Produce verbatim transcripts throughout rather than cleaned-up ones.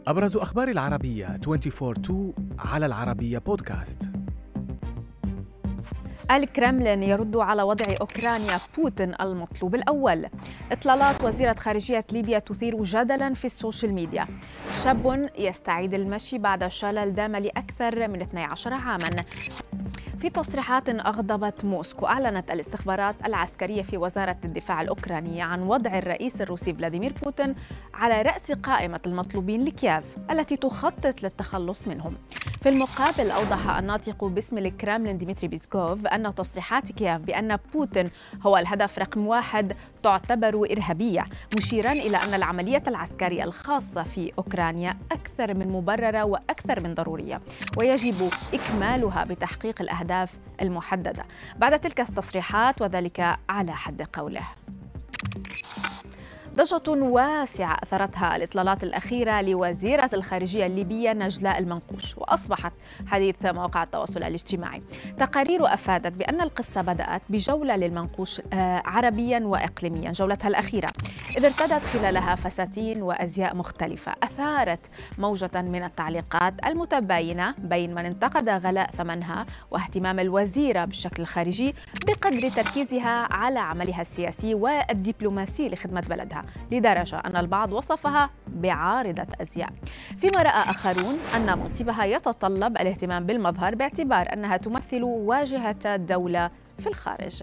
أبرز أخبار العربية أربعة وعشرين اثنين على العربية بودكاست. الكرملين يرد على وضع أوكرانيا بوتين المطلوب الأول. إطلالات وزيرة خارجية ليبيا تثير جدلاً في السوشيال ميديا. شاب يستعيد المشي بعد شلل دام لأكثر من اثني عشر عاماً. في تصريحات أغضبت موسكو، أعلنت الاستخبارات العسكرية في وزارة الدفاع الأوكرانية عن وضع الرئيس الروسي فلاديمير بوتين على رأس قائمة المطلوبين لكييف التي تخطط للتخلص منهم. في المقابل، أوضح الناطق باسم الكرملين ديمتري بيسكوف أن تصريحات كييف بأن بوتين هو الهدف رقم واحد تعتبر إرهابية، مشيراً إلى أن العملية العسكرية الخاصة في أوكرانيا أكثر من مبررة وأكثر من ضرورية، ويجب إكمالها بتحقيق الأهداف المحددة. بعد تلك التصريحات، وذلك على حد قوله. ضجة واسعة أثرتها الإطلالات الأخيرة لوزيرة الخارجية الليبية نجلاء المنقوش، وأصبحت حديث مواقع التواصل الاجتماعي. تقارير أفادت بأن القصة بدأت بجولة للمنقوش عربياً وإقليمياً، جولتها الأخيرة، إذ ارتدت خلالها فساتين وأزياء مختلفة أثارت موجة من التعليقات المتباينة بين من انتقد غلاء ثمنها واهتمام الوزيرة بالشكل الخارجي بقدر تركيزها على عملها السياسي والدبلوماسي لخدمة بلدها، لدرجة أن البعض وصفها بعارضة أزياء، فيما رأى آخرون أن منصبها يتطلب الاهتمام بالمظهر باعتبار أنها تمثل واجهة الدولة في الخارج.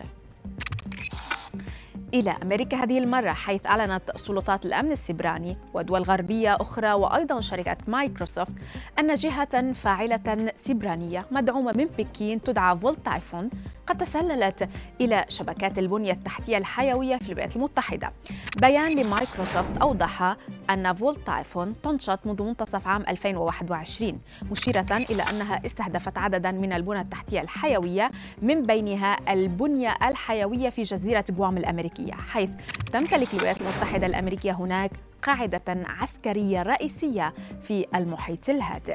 إلى أمريكا هذه المرة، حيث أعلنت سلطات الأمن السبراني ودول غربية أخرى وأيضاً شركة مايكروسوفت أن جهة فاعلة سبرانية مدعومة من بكين تدعى فولت تايفون قد تسللت إلى شبكات البنية التحتية الحيوية في الولايات المتحدة. بيان لمايكروسوفت أوضح أن فولت تايفون تنشط منذ منتصف عام ألفين وواحد وعشرين، مشيرة إلى أنها استهدفت عدداً من البنى التحتية الحيوية، من بينها البنية الحيوية في جزيرة غوام الأمريكية، حيث تمتلك الولايات المتحدة الأمريكية هناك قاعدة عسكرية رئيسية في المحيط الهادئ.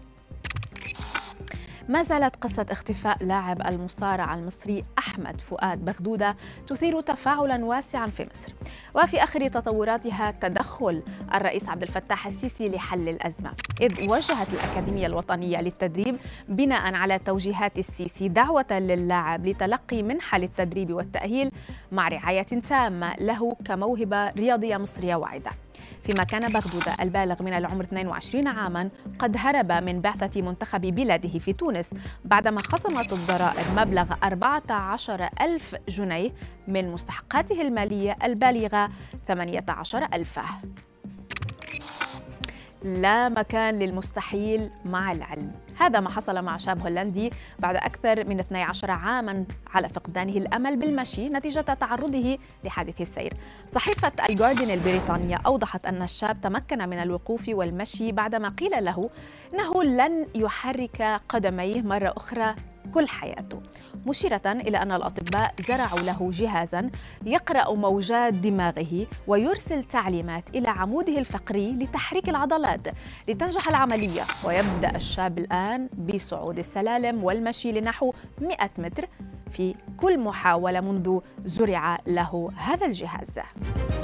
ما زالت قصة اختفاء لاعب المصارعة المصري أحمد فؤاد بغدودة تثير تفاعلاً واسعاً في مصر، وفي آخر تطوراتها تدخل الرئيس عبد الفتاح السيسي لحل الأزمة، إذ وجهت الأكاديمية الوطنية للتدريب بناءً على توجيهات السيسي دعوة للاعب لتلقي منحة للتدريب والتأهيل مع رعاية تامة له كموهبة رياضية مصرية واعدة. فيما كان بغدودة البالغ من العمر اثنين وعشرين عاماً قد هرب من بعثة منتخب بلاده في تونس بعدما خصمت الضرائب مبلغ أربعة عشر ألف جنيه من مستحقاته المالية البالغة ثمانية عشر ألف. لا مكان للمستحيل مع العلم. هذا ما حصل مع شاب هولندي بعد أكثر من اثني عشر عاماً على فقدانه الأمل بالمشي نتيجة تعرضه لحادث السير. صحيفة الجارديان البريطانية أوضحت أن الشاب تمكن من الوقوف والمشي بعدما قيل له أنه لن يحرك قدميه مرة أخرى كل حياته، مشيرة إلى أن الأطباء زرعوا له جهازاً يقرأ موجات دماغه ويرسل تعليمات إلى عموده الفقري لتحريك العضلات لتنجح العملية. ويبدأ الشاب الآن بصعود السلالم والمشي لنحو مئة متر في كل محاولة منذ زرع له هذا الجهاز.